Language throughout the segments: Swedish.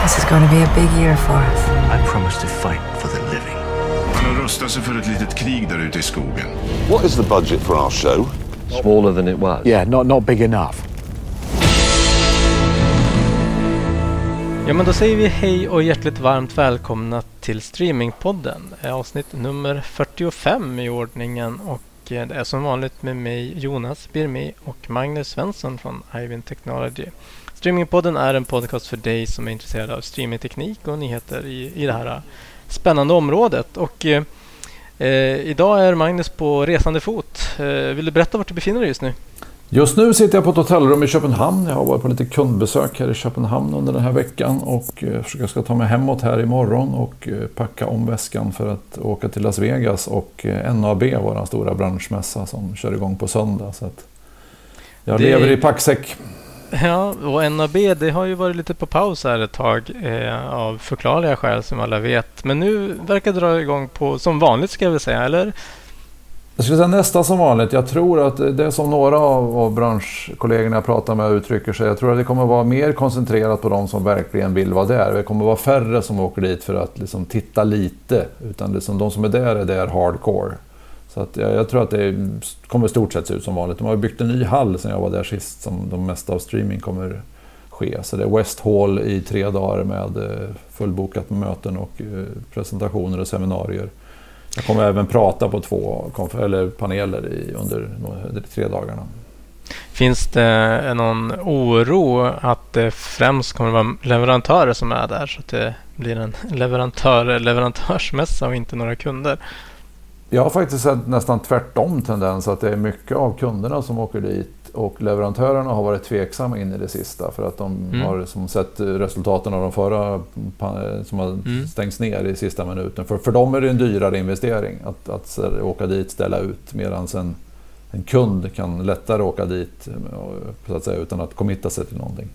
This is going to be a big year for us. I promise to fight for the living. Man har rustat sig för ett litet krig där ute i skogen. What is the budget for our show? Smaller than it was. Yeah, not big enough. Ja, men då säger vi hej och hjärtligt varmt välkomna till Streamingpodden. Avsnitt nummer 45 i ordningen, och det är som vanligt med mig Jonas Birmi och Magnus Svensson från Ivin Technology. Streamingpodden är en podcast för dig som är intresserad av streamingteknik och nyheter i det här spännande området. Och idag är Magnus på resande fot. Vill du berätta vart du befinner dig just nu? Just nu sitter jag på ett hotellrum i Köpenhamn. Jag har varit på lite kundbesök här i Köpenhamn under den här veckan och jag ska ta mig hemåt här imorgon och packa om väskan för att åka till Las Vegas och NAB, vår stora branschmässa som kör igång på söndag. Så att jag lever i packsäck. Ja, och NAB, det har ju varit lite på paus här ett tag av förklarliga skäl som alla vet. Men nu verkar det dra igång på som vanligt, ska jag väl säga, eller? Jag skulle säga nästan som vanligt. Jag tror att det är som några av branschkollegorna jag pratar med uttrycker sig. Jag tror att det kommer vara mer koncentrerat på de som verkligen vill vara där. Det kommer vara färre som åker dit för att liksom titta lite. Utan liksom de som är där hardcore. Så att jag tror att det kommer stort sett se ut som vanligt. De har byggt en ny hall sedan jag var där sist som de mesta av streaming kommer ske. Så det är West Hall i 3 dagar med fullbokat med möten och presentationer och seminarier. Jag kommer även prata på 2 paneler under de 3 dagarna. Finns det någon oro att det främst kommer att vara leverantörer som är där, så att det blir en leverantörsmässa och inte några kunder? Jag har faktiskt sett nästan tvärtom tendens, att det är mycket av kunderna som åker dit och leverantörerna har varit tveksamma in i det sista för att de har som sett resultaten av de förra som har stängts ner i sista minuten. För dem är det en dyrare investering att åka dit, ställa ut, medan en kund kan lättare åka dit så att säga, utan att committa sig till någonting.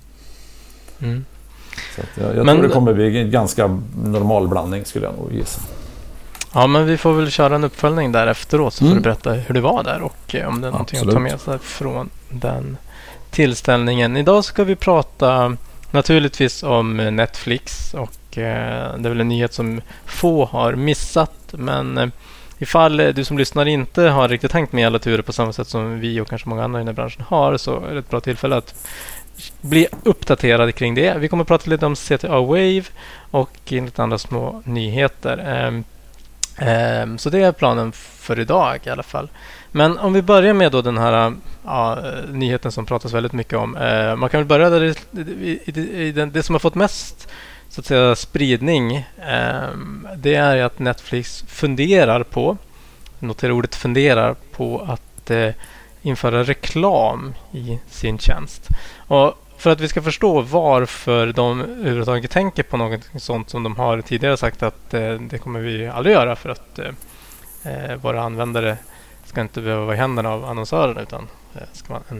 Så att jag tror det kommer bli en ganska normal blandning, skulle jag nog gissa. Ja, men vi får väl köra en uppföljning där efteråt, så får du berätta hur det var där och om det är någonting att ta med sig från den tillställningen. Idag ska vi prata naturligtvis om Netflix, och det är väl en nyhet som få har missat, men ifall du som lyssnar inte har riktigt hängt med alla turer på samma sätt som vi och kanske många andra i den här branschen har, så är det ett bra tillfälle att bli uppdaterad kring det. Vi kommer att prata lite om CTA Wave och lite andra små nyheter. Så det är planen för idag i alla fall. Men om vi börjar med då den här nyheten som pratas väldigt mycket om. Man kan väl börja där i det som har fått mest, så att säga, spridning. Det är att Netflix funderar på, notera ordet funderar på, att införa reklam i sin tjänst. Och för att vi ska förstå varför de överhuvudtaget tänker på något sånt, som de har tidigare sagt att det kommer vi aldrig göra, för att våra användare ska inte behöva vara i händerna av annonsörerna, utan ska vara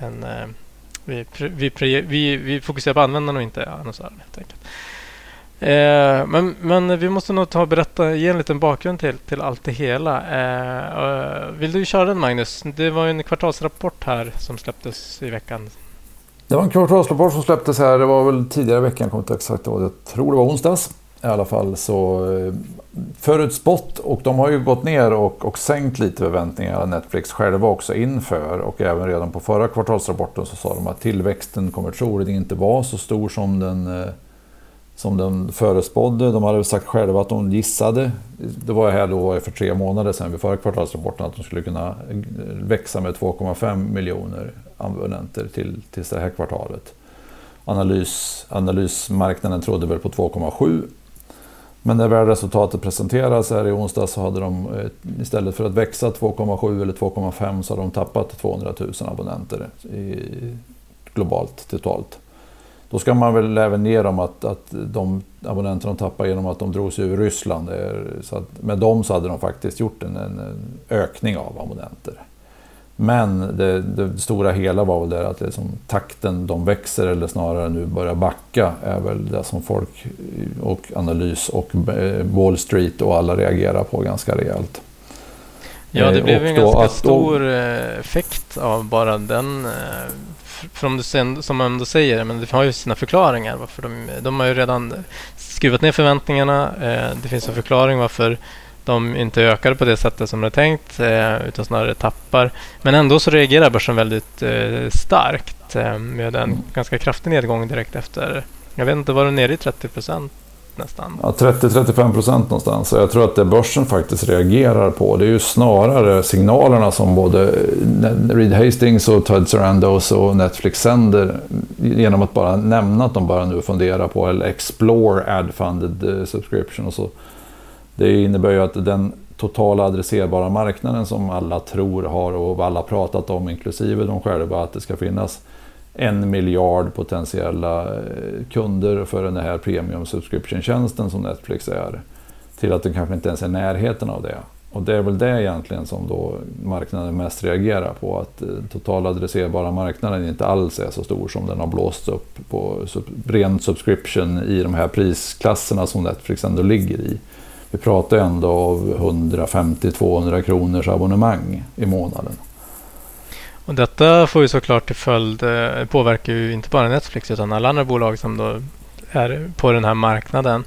vi fokuserar på användarna och inte annonsörerna, helt enkelt. Men vi måste nog ge en liten bakgrund till allt det hela. Vill du köra den, Magnus? Det var en kvartalsrapport här som släpptes i veckan. Det var en kvartalsrapport som släpptes här, det var väl tidigare i veckan, kommer inte exakt ihåg, jag tror det var onsdags i alla fall, så förutspått, och de har ju gått ner och sänkt lite förväntningar, Netflix själva också inför, och även redan på förra kvartalsrapporten så sa de att tillväxten kommer troligen inte vara så stor som den förespådde. De hade sagt själva att de gissade, det var här då för 3 månader sedan vid förra kvartalsrapporten, att de skulle kunna växa med 2,5 miljoner abonnenter till det här kvartalet. Analysmarknaden trodde väl på 2,7. Men när väl resultatet presenterades här i onsdag så hade de istället för att växa 2,7 eller 2,5 så hade de tappat 200 000 abonnenter globalt totalt. Då ska man väl även ner om att de abonnenter de tappar genom att de drog sig ur Ryssland. Så att med dem så hade de faktiskt gjort en ökning av abonnenter. Men det stora hela var väl där att det som takten de växer, eller snarare nu börjar backa, är väl det som folk och analys och Wall Street och alla reagerar på ganska rejält. Ja, det blev en ganska stor effekt av bara den för som man ändå säger, men det har ju sina förklaringar varför de har ju redan skruvat ner förväntningarna. Det finns en förklaring varför de inte ökar på det sättet som de är tänkt, utan snarare tappar. Men ändå så reagerar börsen väldigt starkt med en ganska kraftig nedgång direkt efter. Jag vet inte, var det nere i 30% nästan? Ja, 30-35% någonstans. Så jag tror att det börsen faktiskt reagerar på, det är ju snarare signalerna som både Reed Hastings och Ted Sarandos och Netflix sänder genom att bara nämna att de bara nu funderar på eller explore ad-funded subscription och så. Det innebär ju att den totala adresserbara marknaden som alla tror har och alla pratat om, inklusive de själva, att det ska finnas 1 miljard potentiella kunder för den här premium subscription-tjänsten som Netflix är, till att det kanske inte ens är närheten av det. Och det är väl det egentligen som då marknaden mest reagerar på, att totala adresserbara marknaden inte alls är så stor som den har blåst upp på ren subscription i de här prisklasserna som Netflix ändå ligger i. Vi pratar ändå om 150-200 kronors abonnemang i månaden. Och detta får ju såklart till följd, påverkar ju inte bara Netflix utan alla andra bolag som då är på den här marknaden.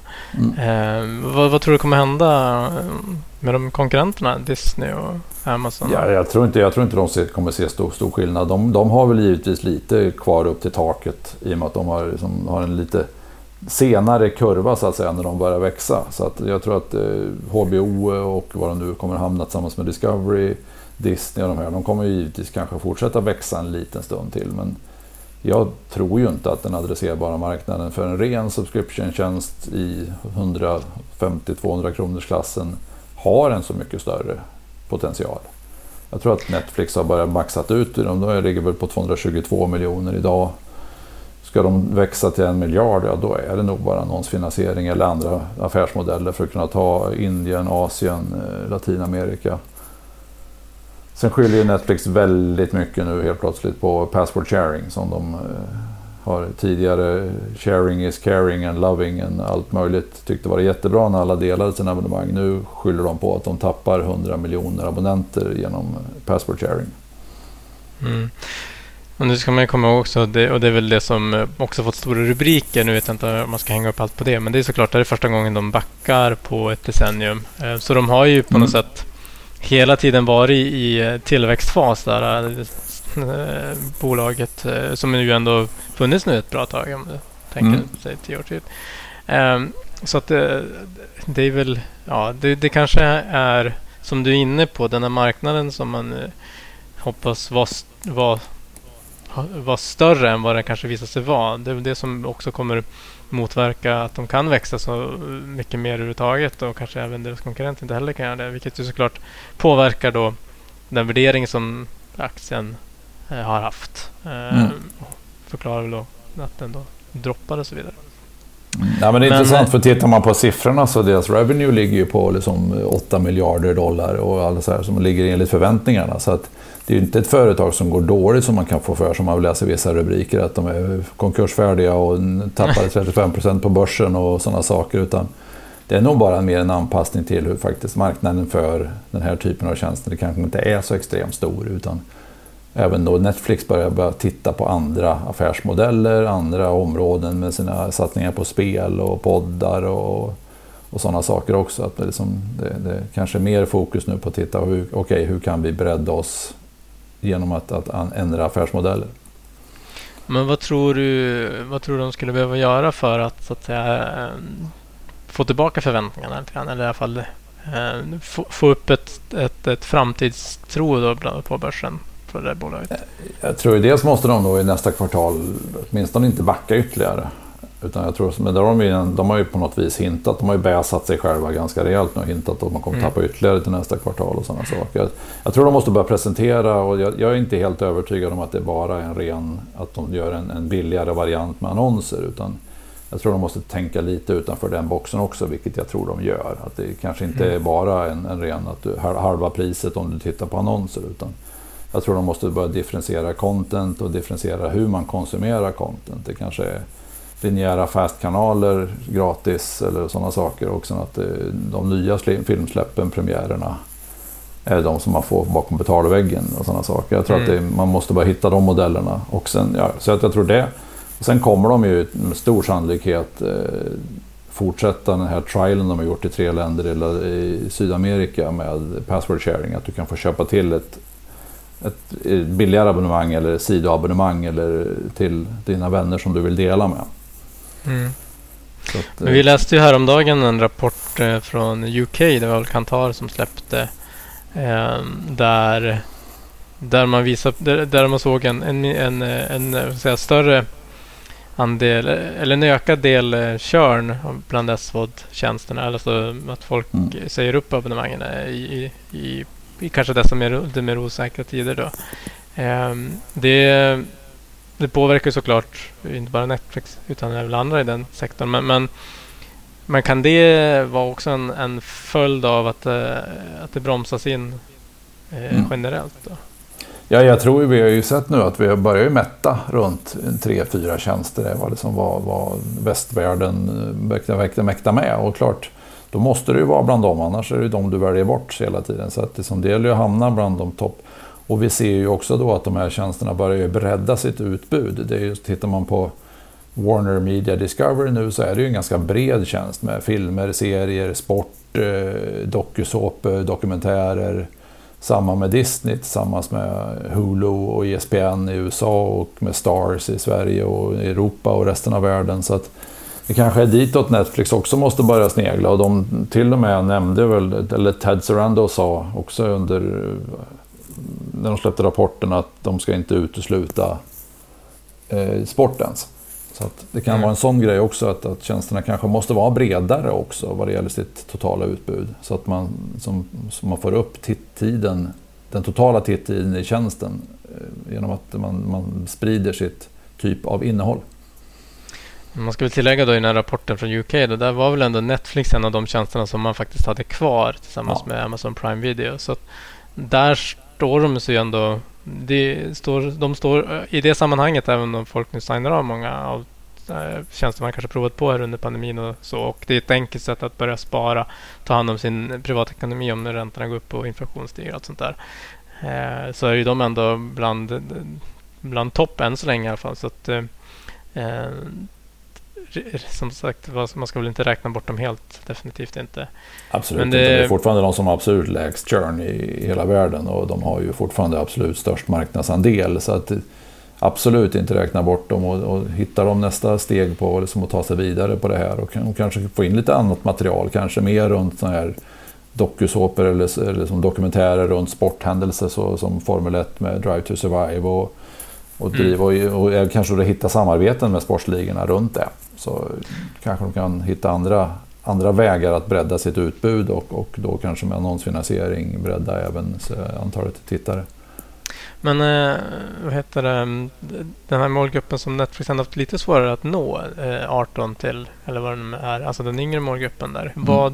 Vad tror du kommer hända med de konkurrenterna, Disney och Amazon? Ja, jag tror inte de kommer se stor skillnad. De har väl givetvis lite kvar upp till taket i och med att de har en lite senare kurva så att säga när de börjar växa. Så att jag tror att HBO och vad de nu kommer hamna tillsammans med Discovery, Disney och de kommer ju givetvis kanske fortsätta växa en liten stund till, men jag tror ju inte att den adresserbara marknaden för en ren subscription-tjänst i 150-200 kronors klassen har en så mycket större potential. Jag tror att Netflix har börjat maxat ut, de ligger väl på 222 miljoner idag. Ska de växa till 1 miljard, ja, då är det nog bara annonsfinansiering eller andra affärsmodeller för att kunna ta Indien, Asien, Latinamerika. Sen skyller Netflix väldigt mycket nu helt plötsligt på password sharing som de har tidigare. Sharing is caring and loving and allt möjligt. Tyckte var det jättebra när alla delade sina abonnemang. Nu skyller de på att de tappar 100 miljoner abonnenter genom password sharing. Mm. Och nu ska man komma ihåg också, och det är väl det som också fått stora rubriker. Nu vet jag inte om man ska hänga upp allt på det, men det är såklart det är första gången de backar på ett decennium. Så de har ju på något sätt hela tiden varit i tillväxtfas där bolaget som ju ändå funnits nu ett bra tag om du tänker sig 10 år till. Så att det är väl, ja, det kanske är som du är inne på, den här marknaden som man hoppas var större än vad den kanske visar sig vara. Det är det som också kommer motverka att de kan växa så mycket mer överhuvudtaget, och kanske även deras konkurrenter inte heller kan göra det, vilket ju såklart påverkar då den värdering som aktien har haft. Förklarar väl då att den då droppar och så vidare. Ja, men det är intressant, för tittar man på siffrorna så deras revenue ligger ju på liksom 8 miljarder dollar och alla så här som ligger enligt förväntningarna, så att det är ju inte ett företag som går dåligt som man kan få för som man läser vissa rubriker att de är konkursfärdiga och tappade 35% på börsen och sådana saker, utan det är nog bara mer en anpassning till hur faktiskt marknaden för den här typen av tjänster det kanske inte är så extremt stor, utan även då Netflix börjar titta på andra affärsmodeller, andra områden med sina satsningar på spel och poddar och sådana saker också. Att det är kanske mer fokus nu på att titta hur kan vi bredda oss genom att ändra affärsmodeller. Men vad tror du de skulle behöva göra för att, så att säga, få tillbaka förväntningarna lite grann, eller i alla fall få upp ett framtidstro då på börsen för det bolaget? Jag tror dels måste de då i nästa kvartal åtminstone inte backa ytterligare. Utan jag tror, men de har ju på något vis hintat, de har ju bäsat sig själva ganska rejält nu och hintat att man kommer tappa ytterligare till nästa kvartal och sådana saker. Jag tror de måste börja presentera, och jag är inte helt övertygad om att det bara är att de gör en billigare variant med annonser, utan jag tror de måste tänka lite utanför den boxen också, vilket jag tror de gör. Att det kanske inte är bara en ren halva priset om du tittar på annonser, utan jag tror de måste börja differentiera content och differentiera hur man konsumerar content. Det kanske är linjära fast-kanaler gratis eller sådana saker också, att de nya filmsläppen, premiärerna är de som man får bakom betalväggen och sådana saker. Jag tror att man måste bara hitta de modellerna. Och sen, så att jag tror det. Och sen kommer de ju med stor sannolikhet fortsätta den här trialen de har gjort i 3 länder i Sydamerika med password sharing. Att du kan få köpa till ett billigare abonnemang eller sidoabonnemang eller till dina vänner som du vill dela med. Så att, men vi läste ju häromdagen en rapport från UK, det var väl Kantar som släppte där man visade, där man såg en större andel eller en ökad del churn bland SVOD-tjänsterna, alltså att folk säger upp abonnemangen i kanske dessa mer osäkra tider då. Det påverkar såklart inte bara Netflix utan även andra i den sektorn. Men kan det vara också en följd av att det bromsas in generellt då? Ja, jag tror vi har ju sett nu att vi börjar mätta runt 3-4 tjänster. Det var liksom vad västvärlden mäktar med. Och klart, då måste det ju vara bland dem, annars är det de du väljer bort hela tiden. Så att det gäller ju att hamna bland de topp. Och vi ser ju också då att de här tjänsterna börjar bredda sitt utbud. Det är just, tittar man på Warner Media Discovery nu så är det ju en ganska bred tjänst med filmer, serier, sport, dokusåpor, dokumentärer. Samma med Disney, tillsammans med Hulu och ESPN i USA och med Stars i Sverige och Europa och resten av världen. Så att det kanske är ditåt Netflix också måste börja snegla. Och de till och med nämnde väl, eller Ted Sarandos sa också under när de släppte rapporten att de ska inte utesluta sportens. Så att det kan vara en sån grej också att tjänsterna kanske måste vara bredare också vad det gäller sitt totala utbud. Så att man, som man får upp tiden, den totala tiden i tjänsten genom att man sprider sitt typ av innehåll. Man ska väl tillägga då i den här rapporten från UK, där var väl ändå Netflix en av de tjänsterna som man faktiskt hade kvar tillsammans med Amazon Prime Video. Så att där står de så ändå, de står i det sammanhanget, även om folk nu signar av många av tjänster man kanske provat på här under pandemin och så. Och det är ett enkelt sätt att börja spara, ta hand om sin privatekonomi om när räntorna går upp och inflation stiger och allt sånt där. Så är ju de ändå bland topp än så länge i alla fall. Så att som sagt, man ska väl inte räkna bort dem helt, definitivt inte. Absolut inte. Det är fortfarande de som har absolut lägst churn i hela världen och de har ju fortfarande absolut störst marknadsandel, så att absolut inte räkna bort dem och hitta dem nästa steg på liksom att ta sig vidare på det här och kanske få in lite annat material, kanske mer runt sån här dokusåpor eller som dokumentärer runt sporthändelser så som Formel 1 med Drive to Survive och driva och kanske hitta samarbeten med sportsligorna runt det. Så kanske de kan hitta andra vägar att bredda sitt utbud och då kanske med annonsfinansiering bredda även antalet tittare. Men vad heter det, den här målgruppen som Netflix har haft lite svårare att nå, 18 till, eller vad den är, alltså den yngre målgruppen där.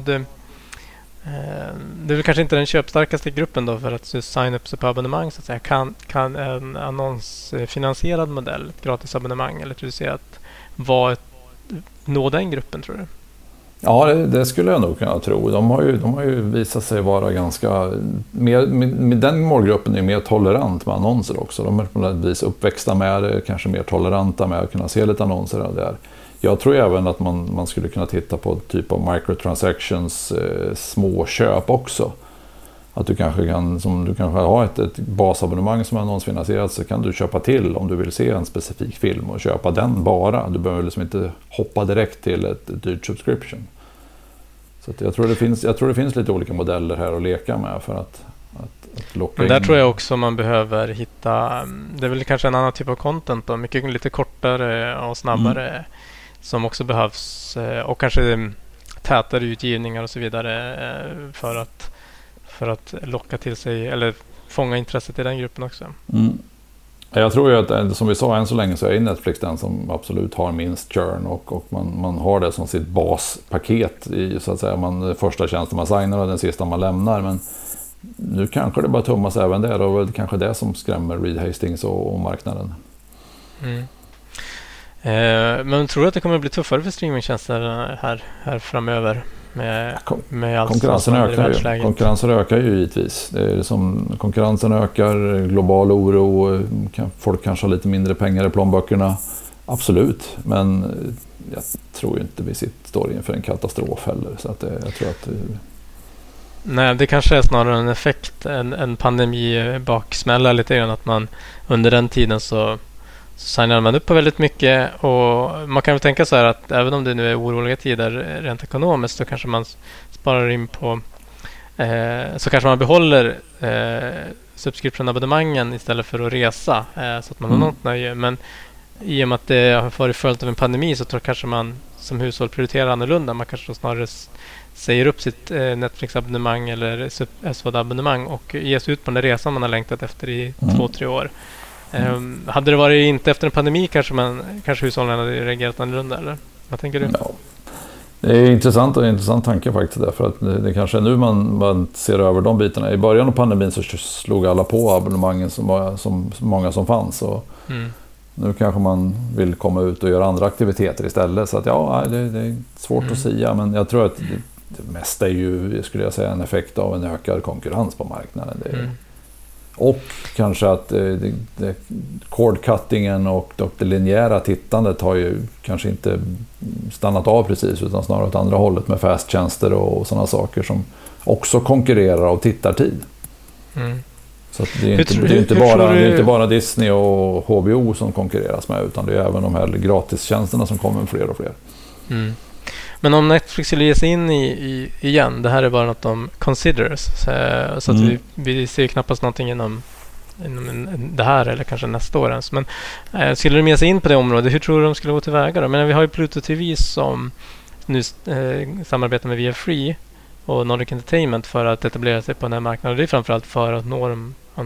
Det är väl kanske inte den köpstarkaste gruppen då för att signa upp sig på abonnemang så att säga. Kan en annonsfinansierad modell, ett gratis abonnemang eller reducerat, nå den gruppen, tror du? Ja, det skulle jag nog kunna tro. De har ju visat sig vara ganska med den målgruppen är mer tolerant med annonser också. De är på något vis uppväxta med det, kanske mer toleranta med att kunna se lite annonser där. Jag tror även att man skulle kunna titta på typ av microtransactions, småköp också. Att du kanske har ett basabonnemang som är annonsfinansierat, så kan du köpa till om du vill se en specifik film och köpa den bara. Du behöver liksom inte hoppa direkt till ett dyrt subscription. Så att jag tror det finns lite olika modeller här att leka med för att locka in. Men där tror jag också man behöver hitta, det är väl kanske en annan typ av content då, mycket lite kortare och snabbare som också behövs, och kanske tätare utgivningar och så vidare för att locka till sig eller fånga intresset i den gruppen också. Jag tror ju att, som vi sa, än så länge så är Netflix den som absolut har minst churn och man har det som sitt baspaket i, så att säga, första tjänsten man signar och den sista man lämnar, men nu kanske det bara tummas även där och det kanske det som skrämmer Reed Hastings och marknaden. Men tror du att det kommer att bli tuffare för streamingtjänster här framöver? med allt konkurrensen ökar ju. Konkurrensen ökar ju givetvis. Det är som konkurrensen ökar, global oro, folk kanske har lite mindre pengar i plånböckerna. Absolut, men jag tror inte vi står inför en katastrof heller. Så att jag tror att... Nej, det kanske är snarare en effekt, en pandemi baksmälla lite grann, att man under den tiden så signar man upp på väldigt mycket, och man kan väl tänka så här att även om det nu är oroliga tider rent ekonomiskt, så kanske man sparar in på så kanske man behåller subscription-abonnemangen istället för att resa, så att man har något nöje. Men i och med att det har varit följt av en pandemi, så tror jag kanske man som hushåll prioriterar annorlunda. Man kanske snarare säger upp sitt Netflix-abonnemang eller SVOD-abonnemang och ger sig ut på den resan man har längtat efter i 2-3 år. Hade det varit inte efter en pandemi, kanske hushållen hade reagerat annorlunda, eller? Vad tänker du? Ja. Det är intressant tanke faktiskt, därför att det kanske är nu man ser över de bitarna. I början av pandemin så slog alla på abonnemangen som många som fanns, och nu kanske man vill komma ut och göra andra aktiviteter istället. Så att det är svårt att säga, men jag tror att det mesta är ju, skulle jag säga, en effekt av en ökad konkurrens på marknaden. Och kanske att cord-cuttingen och det linjära tittandet har ju kanske inte stannat av precis, utan snarare åt andra hållet med fast-tjänster och sådana saker som också konkurrerar av tittartid. Så att det är inte bara Disney och HBO som konkurreras med, utan det är även de här gratistjänsterna som kommer fler och fler. Men om Netflix skulle ge sig in i igen, det här är bara något de considers, så att vi ser knappast någonting inom det här eller kanske nästa år ens. Men skulle de ge sig in på det området, hur tror du de skulle gå tillväga då? Men vi har ju Pluto TV som nu samarbetar med Viafree och Nordic Entertainment för att etablera sig på den här marknaden. Och det är framförallt för att nå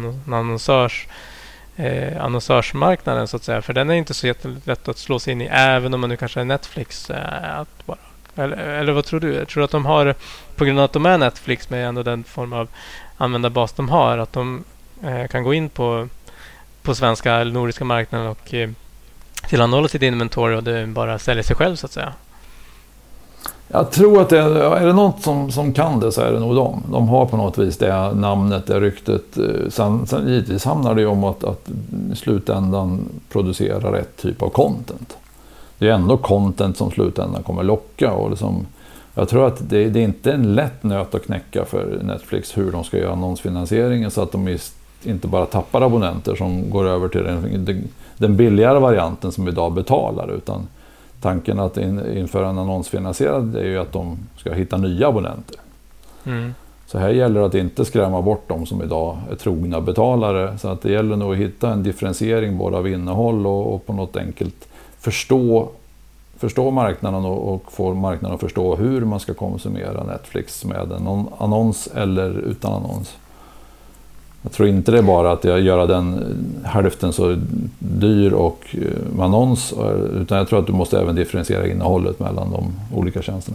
annonsörsmarknaden, så att säga. För den är inte så jättelätt att slå sig in i, även om man nu kanske är Netflix. Eller vad tror du? Tror du att de har, på grund av att de är Netflix med ändå den form av användarbas de har, att de kan gå in på svenska eller nordiska marknaden och tillhandahålla sitt inventory och det bara säljer sig själv, så att säga? Jag tror att är det något som kan det, så är det nog de. De har på något vis det namnet, det ryktet. Sen givetvis handlar det ju om att i slutändan producera rätt typ av content. Det är ändå content som slutändan kommer locka. Och liksom, jag tror att det är inte en lätt nöt att knäcka för Netflix hur de ska göra annonsfinansieringen, så att de inte bara tappar abonnenter som går över till den billigare varianten som idag betalar, utan tanken att införa en annonsfinansierad är ju att de ska hitta nya abonnenter. Så här gäller det att inte skrämma bort dem som idag är trogna betalare. Så att det gäller nog att hitta en differentiering både av innehåll och på något enkelt förstå marknaden och få marknaden att förstå hur man ska konsumera Netflix med en annons eller utan annons. Jag tror inte det är bara att göra den hälften så dyr och med annons, utan jag tror att du måste även differentiera innehållet mellan de olika tjänsterna.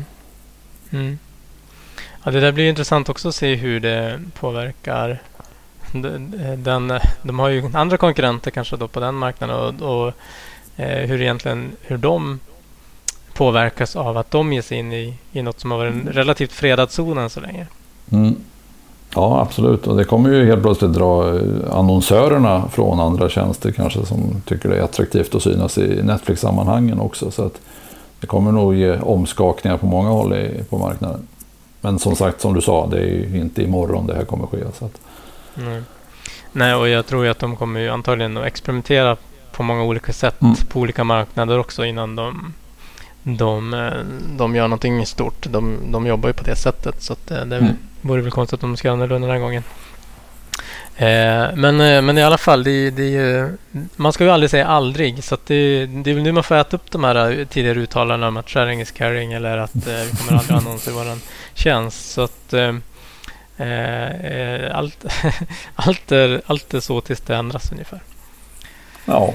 Ja, det där blir intressant också att se hur det påverkar de har ju andra konkurrenter kanske då på den marknaden, och hur de påverkas av att de ger sig in i något som har varit en relativt fredad zon än så länge. Ja, absolut. Och det kommer ju helt plötsligt dra annonsörerna från andra tjänster kanske, som tycker det är attraktivt att synas i Netflix-sammanhangen också. Så att det kommer nog ge omskakningar på många håll på marknaden. Men som sagt, som du sa, det är ju inte imorgon det här kommer ske. Så att... Nej, och jag tror ju att de kommer ju antagligen att experimentera på många olika sätt på olika marknader också innan de gör någonting stort. De jobbar ju på det sättet, så att det vore väl konstigt om de ska göra annorlunda den här gången. Men i alla fall, man ska ju aldrig säga aldrig, så att det är väl nu man får äta upp de här tidigare uttalandena om att sharing is caring, eller att vi kommer aldrig annonser i våran tjänst. Så att allt är så tills det ändras ungefär. Ja.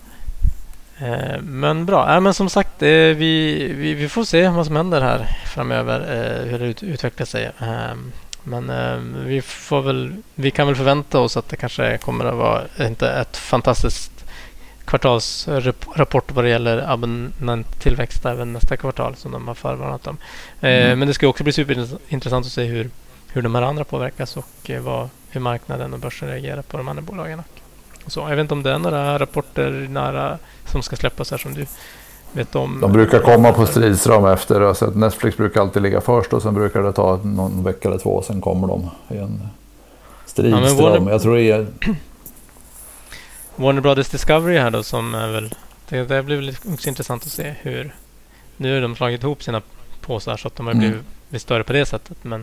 Men bra. Men som sagt, vi får se vad som händer här framöver, hur det utvecklar sig. Men vi kan väl förvänta oss att det kanske kommer att vara inte ett fantastiskt kvartalsrapport vad det gäller abonnenttillväxt även nästa kvartal som de har förvarnat om. Men det ska också bli superintressant att se hur de här andra påverkas och hur marknaden och börsen reagerar på de andra bolagen. Så, jag vet inte om det är några rapporter nära som ska släppas här som du vet om. De brukar komma på stridsram efter. Alltså Netflix brukar alltid ligga först och sen brukar det ta någon vecka eller två. Sen kommer de i en stridsram. Jag tror det är Warner Brothers Discovery här då som är väl... Det blir väl också intressant att se hur... Nu har de slagit ihop sina påsar så att de har blivit större på det sättet. Men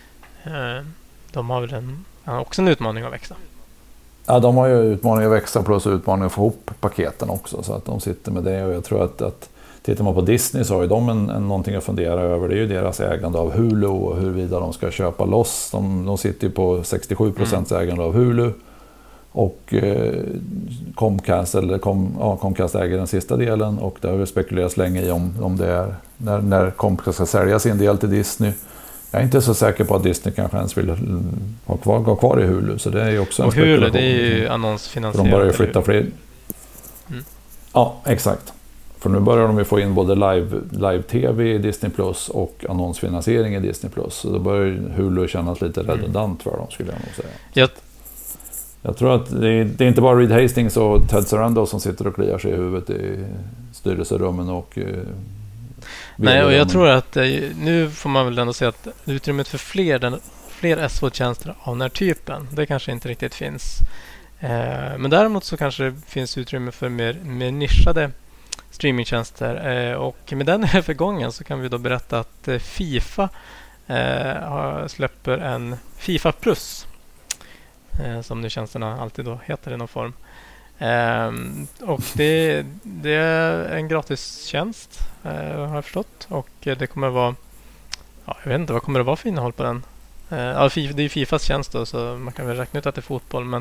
de har väl också en utmaning att växa. Ja, de har ju utmaning att växa plus utmaning att få ihop paketen också. Så att de sitter med det och jag tror att tittar man på Disney så har ju de någonting att fundera över. Det är ju deras ägande av Hulu och huruvida de ska köpa loss. De sitter ju på 67% ägande av Hulu. Och Comcast äger den sista delen och det har spekulerats länge i om det är när Comcast ska sälja sin del till Disney. Jag är inte så säker på att Disney kanske ens vill gå kvar i Hulu, så det är ju också en spekulation. Hulu, det är ju annonsfinansierat. De börjar ju flytta fler. Ja, exakt. För nu börjar de ju få in både live-tv i Disney Plus och annonsfinansiering i Disney Plus. Så då börjar Hulu kännas lite redundant för dem, skulle jag nog säga. Jag tror att det är inte bara Reed Hastings och Ted Sarandos som sitter och kliar sig i huvudet i styrelserummen och nej, och jag tror att nu får man väl ändå säga att utrymmet för fler SVOD-tjänster av den här typen, det kanske inte riktigt finns. Men däremot så kanske det finns utrymme för mer nischade streamingtjänster. Och med den här förgången så kan vi då berätta att FIFA släpper en FIFA Plus. Som nu tjänsterna alltid då heter i någon form. Och det är en gratistjänst har jag förstått. Och det kommer vara, jag vet inte, vad kommer det vara för innehåll på den? Det är FIFAs tjänst då, så man kan väl räkna ut att det är fotboll, men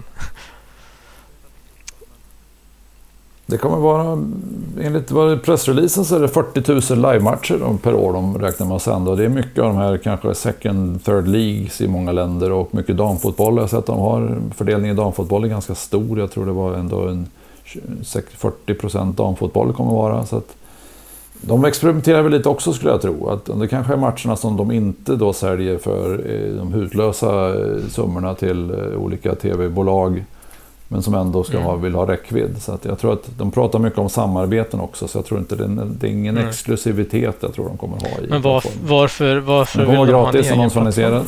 det kommer vara, enligt vad pressreleasen så är det 40 000 live-matcher per år de räknar med att sända. Och det är mycket av de här kanske second, third leagues i många länder och mycket damfotboll. Jag har sett att de har fördelningen i damfotboll är ganska stor. Jag tror det var ändå 40% damfotboll kommer vara. Så att de experimenterar väl lite också, skulle jag tro. Att det kanske är matcherna som de inte då säljer för de hutlösa summorna till olika tv-bolag. Men som ändå vill ha räckvidd. Så att jag tror att de pratar mycket om samarbeten också. Så jag tror inte det är ingen exklusivitet jag tror de kommer ha i. Men varför vill de ha en egen plattform?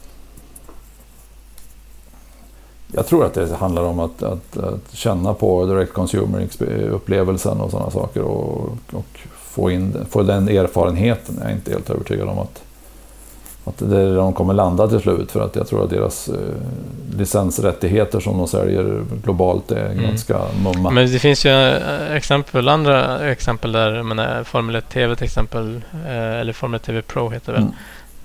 Jag tror att det handlar om att känna på direct consumer-upplevelsen och sådana saker. Och få den erfarenheten. Jag är inte helt övertygad om att det är de kommer landa till slut, för att jag tror att deras licensrättigheter som de säljer globalt är ganska mumma. Men det finns ju andra exempel där, Formel 1 TV till exempel, eller Formel 1 TV Pro heter det väl,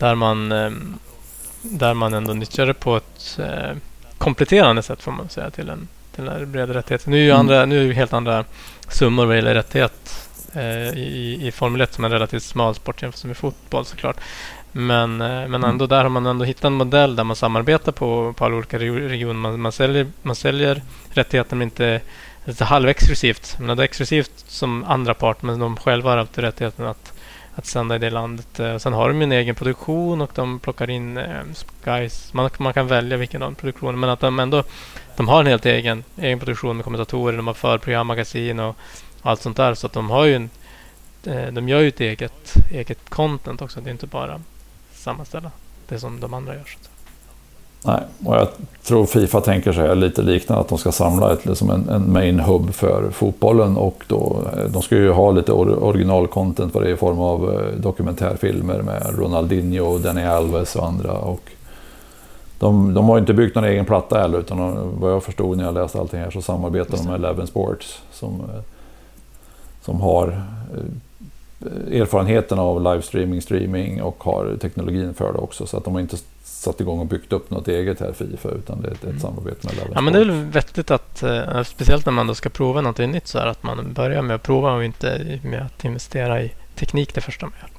där man ändå nyttjar det på ett kompletterande sätt, får man säga, till den här breda rättigheten. Nu är ju helt andra summor vad gäller rättighet i Formel 1 som är en relativt smal sport jämfört med fotboll såklart. Men ändå där har man ändå hittat en modell där man samarbetar på alla olika regioner. Man säljer rättigheten, men inte halvexklusivt. Men det är exklusivt som andra part, men de själva har haft rättigheten att sända i det landet. Sen har de en egen produktion och de plockar in guys. Man kan välja vilken av produktionen, men att de har en helt egen produktion med kommentatorer, de har förprogram, magasin och allt sånt där. Så att de gör ju ett eget content också. Det är inte bara sammanställa det som de andra gör. Nej, och jag tror FIFA tänker sig lite liknande, att de ska samla liksom en main hub för fotbollen, och då de ska ju ha lite original-content vad det är i form av dokumentärfilmer med Ronaldinho, Dani Alves och andra, och de har inte byggt någon egen platta heller, utan vad jag förstod när jag läste allting här så samarbetar de med Eleven Sports som har erfarenheten av livestreaming, streaming och har teknologin för det också, så att de har inte satt igång och byggt upp något eget här FIFA, utan det är ett samarbete med Eleven Sports. Men det är väl vettigt att speciellt när man då ska prova något nytt, så här, att man börjar med att prova och inte med att investera i teknik det första man gör.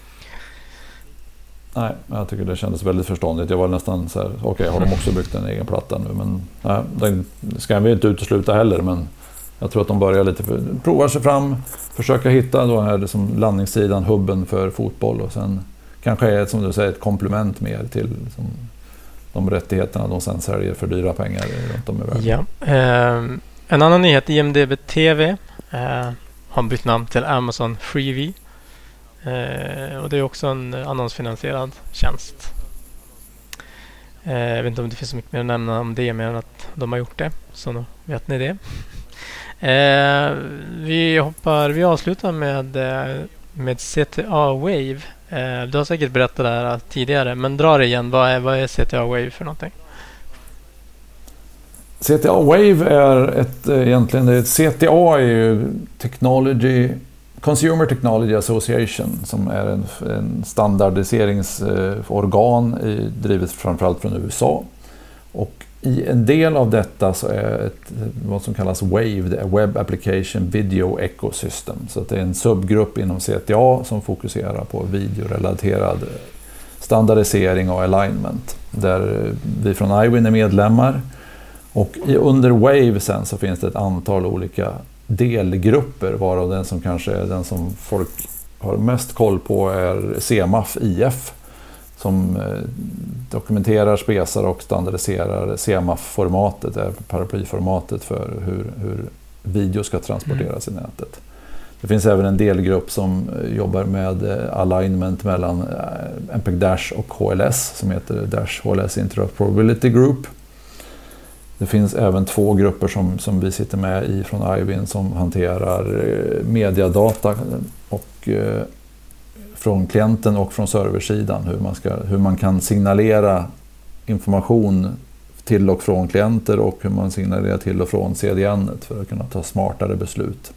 Nej, jag tycker det kändes väldigt förståndigt. Jag var nästan så här, har de också byggt en egen platta nu? Men nej, den ska vi inte utesluta heller, men Jag tror att de börjar lite provar sig fram, försöka hitta då här som landningssidan, hubben för fotboll, och sen kanske är som du säger ett komplement mer till liksom, de rättigheterna de sen säljer för dyra pengar runt om i världen. Ja. En annan nyhet, IMDb TV har bytt namn till Amazon Freevee. Och det är också en annonsfinansierad tjänst. Jag vet inte om det finns så mycket mer att nämna om det, mer än att de har gjort det. Så då vet ni det. Vi avslutar med CTA Wave. Du har säkert berättat det här tidigare, men dra det igen. Vad är CTA Wave för någonting? CTA Wave är egentligen CTA är ju Consumer Technology Association, som är en standardiseringsorgan drivet framförallt från USA. Och i en del av detta så är vad som kallas WAVE, det är Web Application Video Ecosystem. Så det är en subgrupp inom CTA som fokuserar på videorelaterad standardisering och alignment. Där vi från iWin är medlemmar. Och under WAVE sen så finns det ett antal olika delgrupper, varav den som kanske är den som folk har mest koll på är CMAF IF, som dokumenterar, spesar och standardiserar CMAF-formatet, är paraplyformatet för hur video ska transporteras i nätet. Det finns även en delgrupp som jobbar med alignment mellan MPEG Dash och HLS, som heter Dash HLS Interoperability Group. Det finns även 2 grupper som vi sitter med i från iWin som hanterar mediadata och från klienten och från serversidan, hur man kan signalera information till och från klienter och hur man signalerar till och från CDNet för att kunna ta smartare beslut.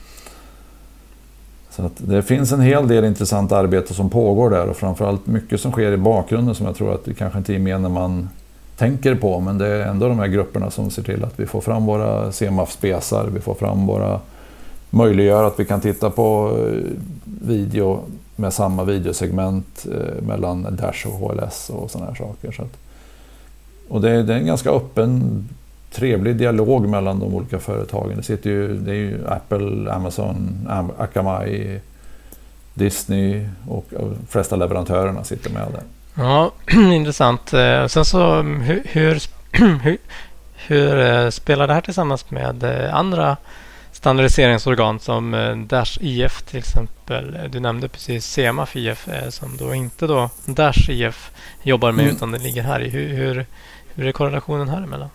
Så att det finns en hel del intressant arbete som pågår där, och framförallt mycket som sker i bakgrunden som jag tror att det kanske inte är med när man tänker på, men det är ändå de här grupperna som ser till att vi får fram våra CMAF-spesar, vi får fram möjliggör att vi kan titta på video med samma videosegment mellan Dash och HLS och sådana här saker. Så att, och det är en ganska öppen, trevlig dialog mellan de olika företagen. Det är ju Apple, Amazon, Akamai, Disney och de flesta leverantörerna sitter med där. Ja, intressant. Sen så hur spelar det här tillsammans med andra standardiseringsorgan som Dash IF till exempel? Du nämnde precis CMAF IF som då inte då Dash IF jobbar med utan det ligger här i. Hur är korrelationen här emellan?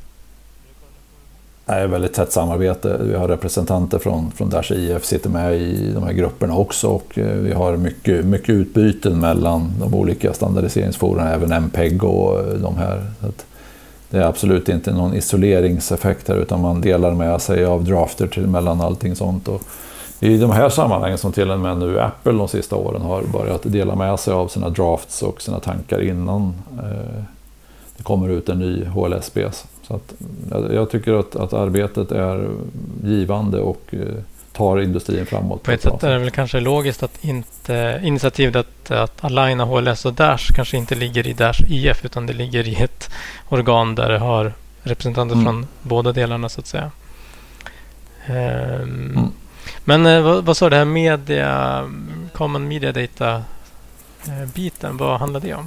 Det är väldigt tätt samarbete. Vi har representanter från Dash IF sitter med i de här grupperna också, och vi har mycket utbyten mellan de olika standardiseringsforum, även MPEG och de här. Så att det är absolut inte någon isoleringseffekt här, utan man delar med sig av drafter mellan allting sånt. Och i de här sammanhangen som till och med nu Apple de sista åren har börjat dela med sig av sina drafts och sina tankar innan det kommer ut en ny HLS-spec. Så att jag tycker att arbetet är givande och tar industrin framåt. På ett sätt är det väl kanske logiskt att initiativet att aligna HLS och Dash kanske inte ligger i Dash IF, utan det ligger i ett organ där det har representanter från båda delarna så att säga. Men vad sa det här Common Media Data biten, vad handlar det om?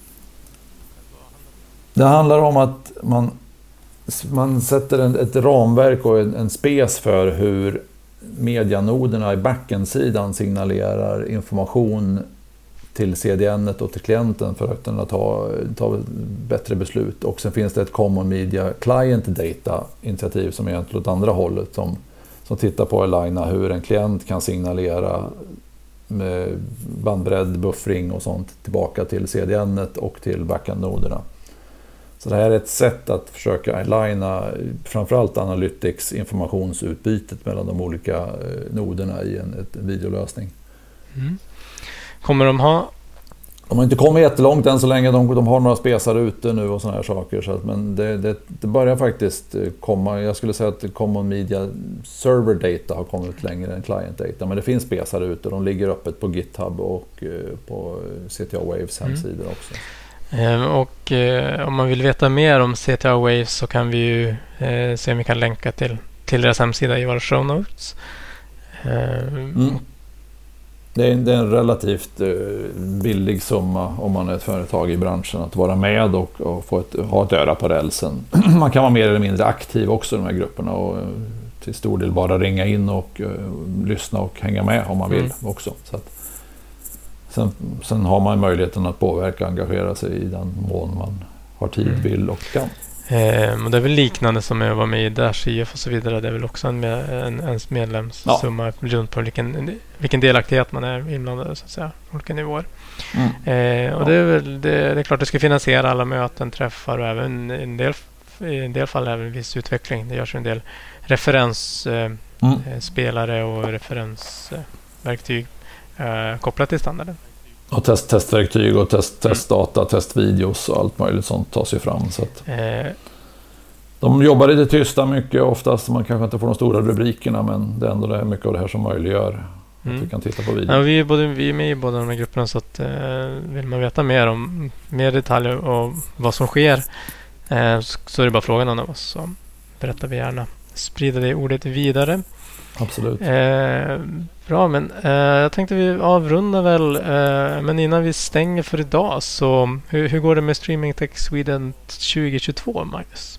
Det handlar om att man sätter ett ramverk och en spec för hur medianoderna i backend-sidan signalerar information till CDNet och till klienten för att kunna ta bättre beslut. Och sen finns det ett Common Media Client Data-initiativ som är egentligen åt andra hållet, som tittar på aligna hur en klient kan signalera med bandbredd, buffring och sånt tillbaka till CDNet och till backend-noderna. Så det här är ett sätt att försöka aligna framförallt Analytics informationsutbytet mellan de olika noderna i en videolösning. Kommer de ha... De har inte kommit jättelångt än så länge. De har några spesar ute nu och såna här saker. Så att, men det börjar faktiskt komma. Jag skulle säga att Common Media Server Data har kommit längre än Client Data. Men det finns spesar ute. De ligger öppet på GitHub och på CTA Waves hemsidor också. Och om man vill veta mer om CTA Waves så kan vi ju se om vi kan länka till till deras hemsida i våra show notes. Det är en relativt billig summa om man är ett företag i branschen att vara med och ha ett öra på rälsen. Man kan vara mer eller mindre aktiv också i de här grupperna och till stor del bara ringa in och lyssna och hänga med om man vill också. Så att, sen har man möjligheten att påverka och engagera sig i den mån man har tid, vill och kan. Och det är väl liknande som jag var med i Dash IF och så vidare. Det är väl också en medlemssumma runt på vilken delaktighet man är inblandad så att säga, olika nivåer. Och det är väl det är klart att det ska finansiera alla möten, träffar och även i en del fall även viss utveckling. Det görs en del referensspelare och referensverktyg kopplat till standarden. Och testverktyg och testdata, testvideos och allt möjligt sånt tas ju fram. Så att de jobbar lite tysta mycket oftast. Man kanske inte får de stora rubrikerna, men det är ändå det mycket av det här som möjliggör att vi kan titta på video. Ja, vi är med i båda de här grupperna, så att vill man veta mer detaljer och vad som sker så är det bara frågan om oss, så berättar vi gärna. Sprida det ordet vidare. Absolut. Bra, men jag tänkte vi avrundar väl, men innan vi stänger för idag, så hur går det med Streaming Tech Sweden 2022, Magnus?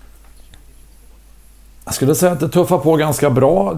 Jag skulle säga att det tuffar på ganska bra.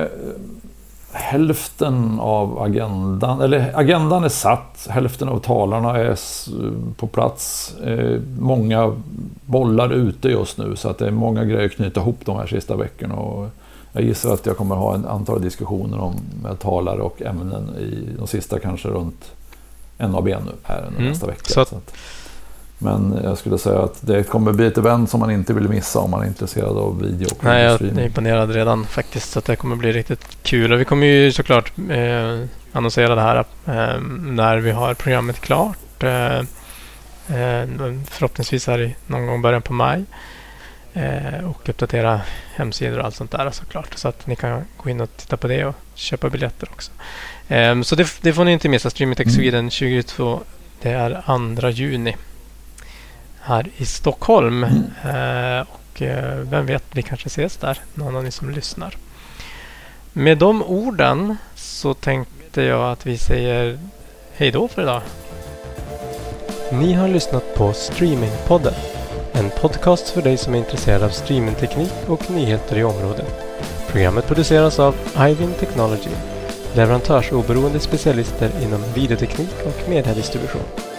Hälften av agendan är satt, hälften av talarna är på plats, många bollar ute just nu, så att det är många grejer att knyta ihop de här sista veckorna, och jag gissar att jag kommer ha en antal diskussioner om talare och ämnen i de sista kanske runt NAB nu här nästa vecka. Så att, men jag skulle säga att det kommer bli ett event som man inte vill missa om man är intresserad av video. Nej, jag är imponerad redan faktiskt, så att det kommer bli riktigt kul. Och vi kommer ju såklart annonsera det här när vi har programmet klart. Förhoppningsvis här i någon gång början på maj. Och uppdatera hemsidor och allt sånt där såklart, så att ni kan gå in och titta på det och köpa biljetter också. Så det får ni inte missa. Streaming Tech Sweden 2022, det är 2 juni här i Stockholm. Och vem vet, vi kanske ses där, någon av ni som lyssnar. Med de orden så tänkte jag att vi säger hej då för idag. Ni har lyssnat på Streamingpodden, en podcast för dig som är intresserad av streamingteknik och nyheter i området. Programmet produceras av Ivin Technology, leverantörsoberoende specialister inom videoteknik och mediedistribution.